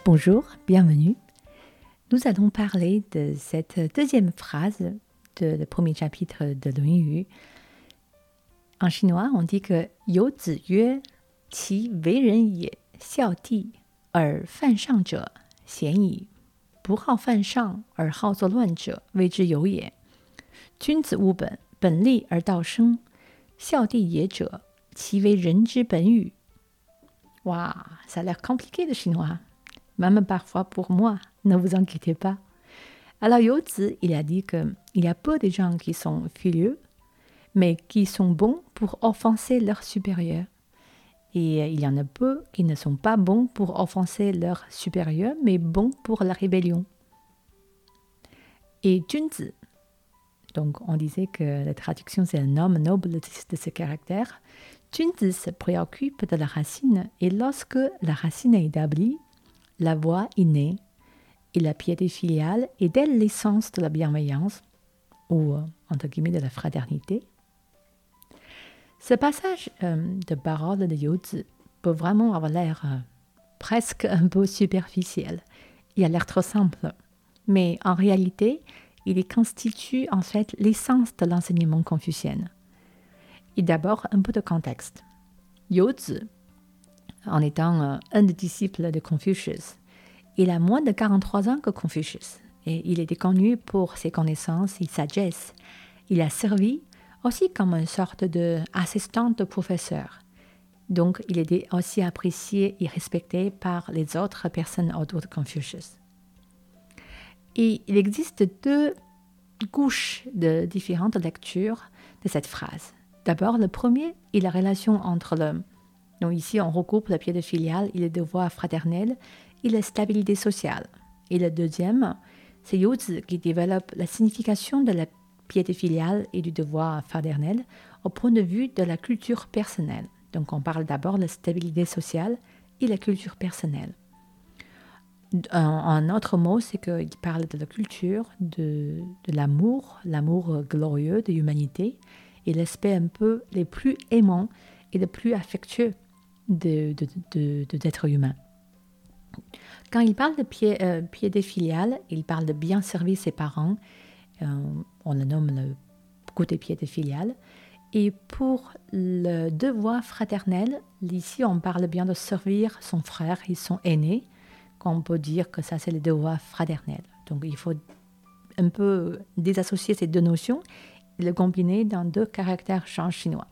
Bonjour, bienvenue. Nous allons parler de cette deuxième phrase du premier chapitre de l'Unyu. En chinois, on dit que 有子曰其为人也孝悌而犯上者贤矣不好犯上而好作乱者谓之有也君子务本本立而道生孝悌也者其为人之本与 Waouh, ça a l'air compliqué le chinois. Même parfois pour moi, ne vous inquiétez pas. Alors Youzi, il a dit qu'il y a peu de gens qui sont filieux, mais qui sont bons pour offenser leurs supérieurs. Et il y en a peu qui ne sont pas bons pour offenser leurs supérieurs, mais bons pour la rébellion. Et Junzi, donc on disait que la traduction c'est un homme noble de ce caractère. Junzi se préoccupe de la racine, et lorsque la racine est établie, la voix est née, et la piété filiale est dès l'essence de la bienveillance, ou entre guillemets de la fraternité. Ce passage de parole de Youzi peut vraiment avoir l'air presque un peu superficiel. Il a l'air trop simple, mais en réalité, il constitue en fait l'essence de l'enseignement confucien. Et d'abord, un peu de contexte. Youzi, en étant un des disciples de Confucius, il a moins de 43 ans que Confucius, et il était connu pour ses connaissances et sagesse. Il a servi aussi comme une sorte d'assistant de professeur. Donc, il était aussi apprécié et respecté par les autres personnes autour de Confucius. Et il existe deux couches de différentes lectures de cette phrase. D'abord, le premier est la relation entre donc ici, on regroupe la piété filiale et le devoir fraternel et la stabilité sociale. Et le deuxième, c'est Youzi qui développe la signification de la piété filiale et du devoir fraternel au point de vue de la culture personnelle. Donc, on parle d'abord de la stabilité sociale et la culture personnelle. Un autre mot, c'est qu'il parle de la culture, de l'amour glorieux de l'humanité et l'aspect un peu les plus aimants et les plus affectueux d'être humain. Quand il parle de piété filiale, il parle de bien servir ses parents. On le nomme le côté piété filiale. Et pour le devoir fraternel, ici, on parle bien de servir son frère et son aîné, qu'on peut dire que ça, c'est le devoir fraternel. Donc, il faut un peu désassocier ces deux notions et le combiner dans deux caractères chinois.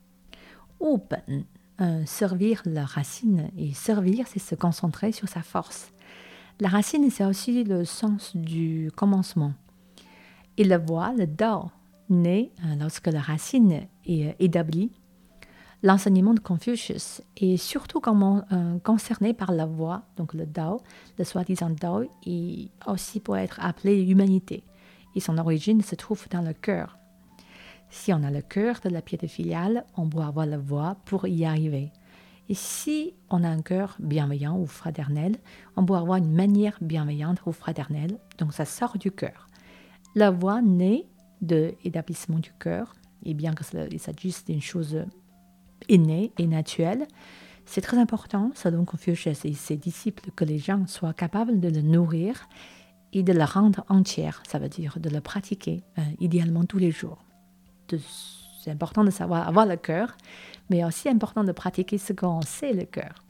Open, servir la racine, et servir, c'est se concentrer sur sa force. La racine, c'est aussi le sens du commencement. Et la voie, le Dao, naît lorsque la racine est établie. L'enseignement de Confucius est surtout concerné par la voie, donc le Dao, le soi-disant Dao, et aussi peut être appelé humanité. Et son origine se trouve dans le cœur. Si on a le cœur de la piété filiale, on peut avoir la voie pour y arriver. Et si on a un cœur bienveillant ou fraternel, on peut avoir une manière bienveillante ou fraternelle, donc ça sort du cœur. La voie naît de l'établissement du cœur, et bien qu'il s'agisse d'une chose innée et naturelle, c'est très important, selon Confucius et ses disciples, que les gens soient capables de le nourrir et de le rendre entière, ça veut dire de le pratiquer, idéalement tous les jours. C'est important de savoir avoir le cœur, mais aussi important de pratiquer ce qu'on sait le cœur.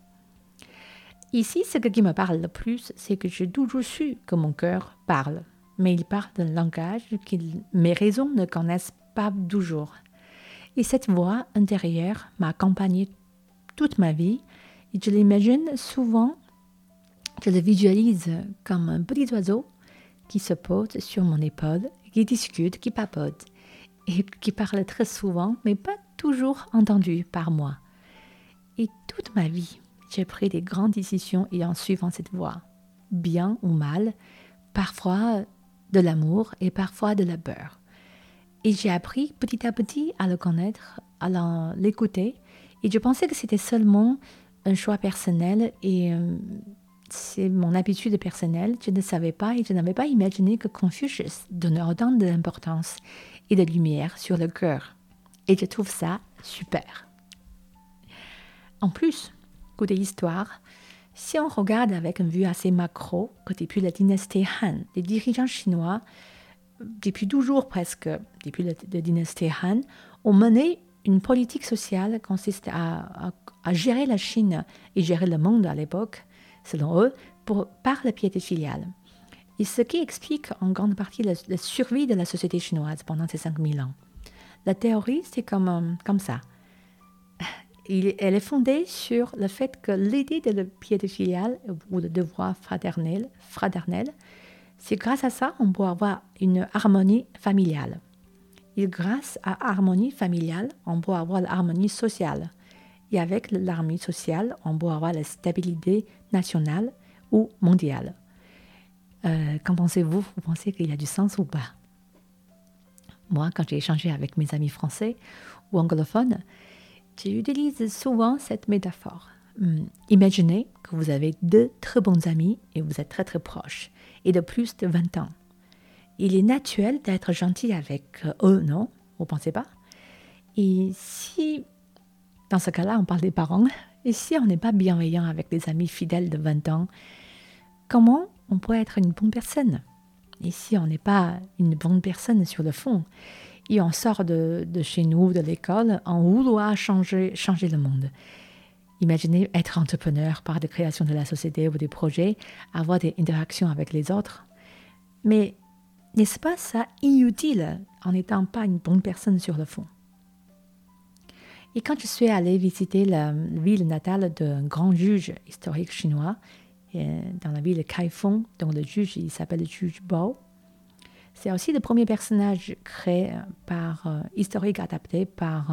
Ici, ce qui me parle le plus, c'est que j'ai toujours su que mon cœur parle, mais il parle d'un langage que mes raisons ne connaissent pas toujours. Et cette voix intérieure m'a accompagnée toute ma vie, et je l'imagine souvent, je le visualise comme un petit oiseau qui se pose sur mon épaule, qui discute, qui papote, et qui parle très souvent, mais pas toujours entendu par moi. Et toute ma vie, j'ai pris des grandes décisions et en suivant cette voie, bien ou mal, parfois de l'amour et parfois de la peur. Et j'ai appris petit à petit à le connaître, à l'écouter, et je pensais que c'était seulement un choix personnel et c'est mon habitude personnelle. Je ne savais pas et je n'avais pas imaginé que Confucius donnait autant d'importance et de lumière sur le cœur. Et je trouve ça super. En plus, côté histoire, Si on regarde avec une vue assez macro, que depuis la dynastie Han, les dirigeants chinois, depuis toujours presque, depuis la dynastie Han, ont mené une politique sociale qui consiste à gérer la Chine et gérer le monde à l'époque, selon eux, par la piété filiale. Et ce qui explique en grande partie la survie de la société chinoise pendant ces 5000 ans. La théorie, c'est comme ça. Elle est fondée sur le fait que l'idée de la piété filiale ou le devoir fraternel, c'est grâce à ça qu'on peut avoir une harmonie familiale. Et grâce à l'harmonie familiale, on peut avoir l'harmonie sociale. Et avec l'harmonie sociale, on peut avoir la stabilité nationale ou mondiale. Qu'en pensez-vous? Vous pensez qu'il y a du sens ou pas? Moi, quand j'ai échangé avec mes amis français ou anglophones, j'utilise souvent cette métaphore. Imaginez que vous avez 2 très bons amis et vous êtes très très proches, et de plus de 20 ans. Il est naturel d'être gentil avec eux, non? Vous ne pensez pas? Et si, dans ce cas-là, on parle des parents, et si on n'est pas bienveillant avec des amis fidèles de 20 ans, comment on peut être une bonne personne? Et si on n'est pas une bonne personne sur le fond, et on sort de chez nous, de l'école, en vouloir changer le monde. Imaginez être entrepreneur par des créations de la société ou des projets, avoir des interactions avec les autres. Mais n'est-ce pas ça inutile en n'étant pas une bonne personne sur le fond? Et quand je suis allée visiter la ville natale d'un grand juge historique chinois, dans la ville de Kaifeng, dont le juge il s'appelle le juge Bao, c'est aussi le premier personnage créé historique adapté par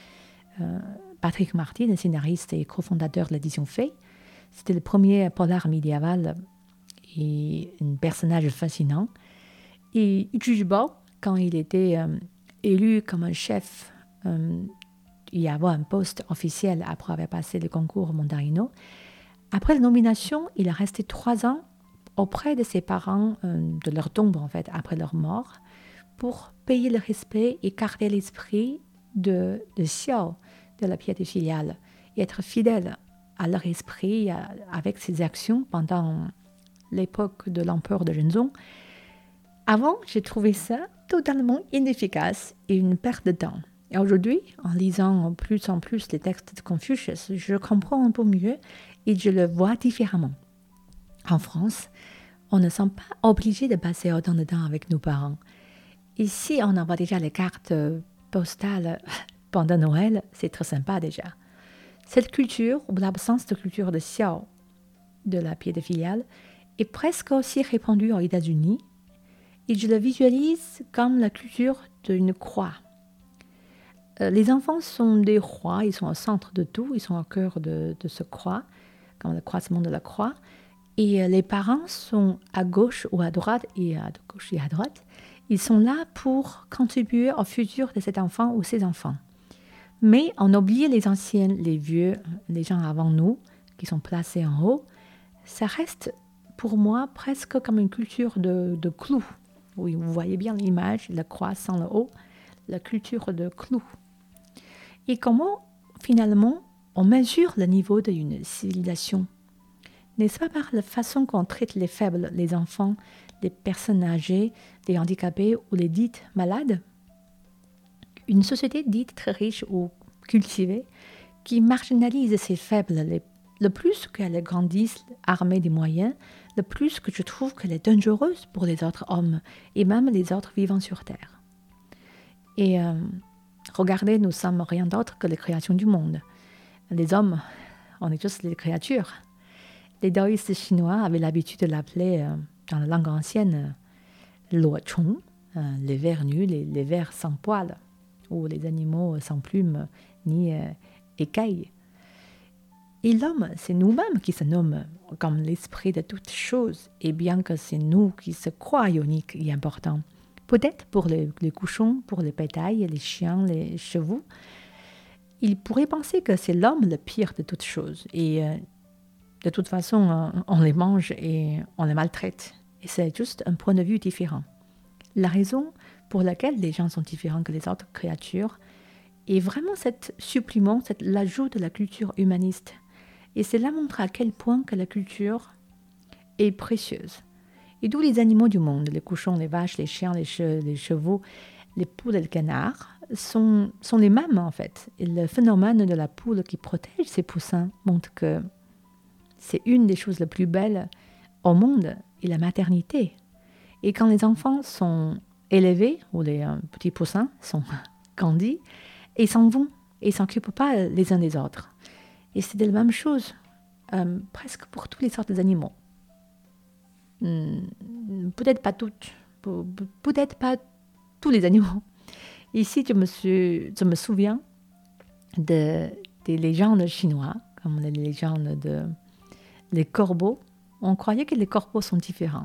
Patrick Marty, le scénariste et cofondateur de l'édition Fay. C'était le premier polar médiéval et un personnage fascinant. Et Juge Bao, quand il était élu comme un chef, il y avait un poste officiel après avoir passé le concours Mandarino. Après la nomination, il est resté 3 ans auprès de ses parents, de leur tombe en fait, après leur mort, pour payer le respect et garder l'esprit de Xiao, de la piété filiale, et être fidèle à leur esprit avec ses actions pendant l'époque de l'empereur de Zhenzong. Avant, j'ai trouvé ça totalement inefficace et une perte de temps. Et aujourd'hui, en lisant plus en plus les textes de Confucius, je comprends un peu mieux et je le vois différemment. En France, on ne sent pas obligé de passer autant de temps avec nos parents. Ici, on envoie déjà les cartes postales pendant Noël, c'est très sympa déjà. Cette culture, ou l'absence de culture de Xiao, de la piété filiale, est presque aussi répandue aux États-Unis et je le visualise comme la culture d'une croix. Les enfants sont des rois, ils sont au centre de tout, ils sont au cœur de ce croix, comme le croisement de la croix. Et les parents sont à gauche ou à droite, et à gauche et à droite. Ils sont là pour contribuer au futur de cet enfant ou ses enfants. Mais on oublie les anciens, les vieux, les gens avant nous, qui sont placés en haut. Ça reste pour moi presque comme une culture de clous. Oui, vous voyez bien l'image, la croix sans le haut, la culture de clous. Et comment, finalement, on mesure le niveau d'une civilisation? N'est-ce pas par la façon qu'on traite les faibles, les enfants, les personnes âgées, les handicapés ou les dites malades? Une société dite très riche ou cultivée qui marginalise ces faibles, le plus qu'elle grandisse armée des moyens, le plus que je trouve qu'elle est dangereuse pour les autres hommes et même les autres vivants sur Terre. Et regardez, nous sommes rien d'autre que les créations du monde. Les hommes, on est juste les créatures. Les taoïstes chinois avaient l'habitude de l'appeler, dans la langue ancienne, luochong, les vers nus, les vers sans poils, ou les animaux sans plumes ni écailles. Et l'homme, c'est nous-mêmes qui se nomment comme l'esprit de toutes choses, et bien que c'est nous qui se croient uniques et importants. Peut-être pour les cochons, pour les bétails, les chiens, les chevaux, ils pourraient penser que c'est l'homme le pire de toutes choses. Et de toute façon, on les mange et on les maltraite. Et c'est juste un point de vue différent. La raison pour laquelle les gens sont différents que les autres créatures est vraiment cet supplément, l'ajout de la culture humaniste. Et cela montre à quel point que la culture est précieuse. Et tous les animaux du monde, les cochons, les vaches, les chiens, les chevaux, les poules et le canard, sont les mêmes en fait. Et le phénomène de la poule qui protège ses poussins montre que c'est une des choses les plus belles au monde, et la maternité. Et quand les enfants sont élevés, ou les petits poussins sont grandis, ils s'en vont, et ils ne s'occupent pas les uns des autres. Et c'est la même chose, presque pour toutes les sortes d'animaux. Peut-être pas toutes, peut-être pas tous les animaux. Ici, je me souviens des légendes chinoises, comme les légendes des corbeaux. On croyait que les corbeaux sont différents.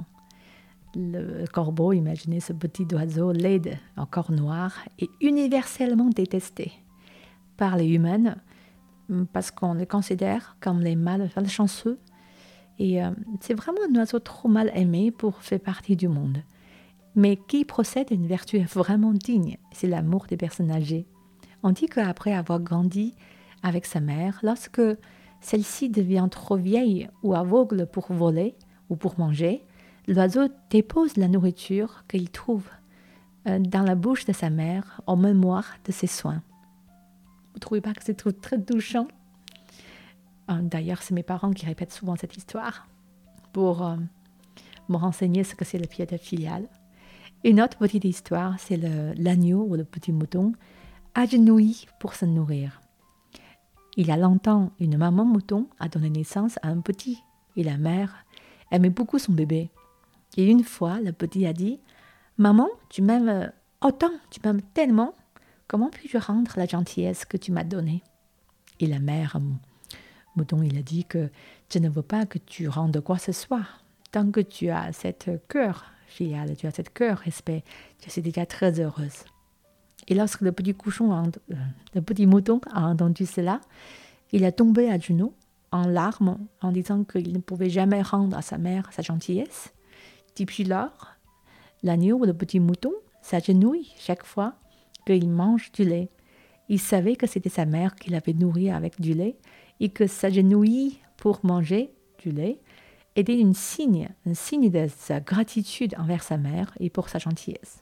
Le corbeau, imaginez ce petit oiseau laid, encore noir, est universellement détesté par les humains parce qu'on le considère comme les malchanceux. Et c'est vraiment un oiseau trop mal aimé pour faire partie du monde. Mais qui possède une vertu vraiment digne, c'est l'amour des personnes âgées. On dit qu'après avoir grandi avec sa mère, lorsque celle-ci devient trop vieille ou aveugle pour voler ou pour manger, l'oiseau dépose la nourriture qu'il trouve dans la bouche de sa mère en mémoire de ses soins. Vous ne trouvez pas que c'est très touchant? D'ailleurs, c'est mes parents qui répètent souvent cette histoire pour me renseigner ce que c'est la piété filiale. Une autre petite histoire, c'est l'agneau ou le petit mouton agenouillé pour se nourrir. Il y a longtemps, une maman mouton a donné naissance à un petit et la mère aimait beaucoup son bébé. Et une fois, le petit a dit « Maman, tu m'aimes autant, tu m'aimes tellement, comment puis-je rendre la gentillesse que tu m'as donnée ?» Et la mère mouton, il a dit que « Je ne veux pas que tu rendes quoi que ce soit. Tant que tu as cette cœur filial, tu as cette cœur respect, je suis déjà très heureuse. » Et lorsque le petit mouton a entendu cela, il est tombé à genoux en larmes en disant qu'il ne pouvait jamais rendre à sa mère sa gentillesse. Depuis lors, l'agneau ou le petit mouton s'agenouille chaque fois qu'il mange du lait. Il savait que c'était sa mère qui l'avait nourri avec du lait et que s'agenouiller pour manger du lait était un signe de sa gratitude envers sa mère et pour sa gentillesse.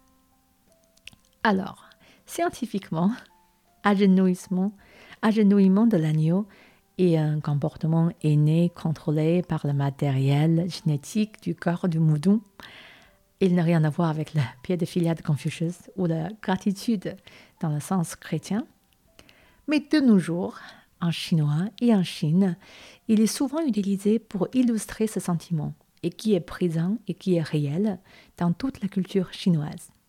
Alors, scientifiquement, agenouillement de l'agneau est un comportement inné contrôlé par le matériel génétique du corps du mouton. Il n'a rien à voir avec la piété filiale de Confucius ou la gratitude dans le sens chrétien. Mais de nos jours, en chinois et en Chine, il est souvent utilisé pour illustrer ce sentiment et qui est présent et qui est réel dans toute la culture chinoise.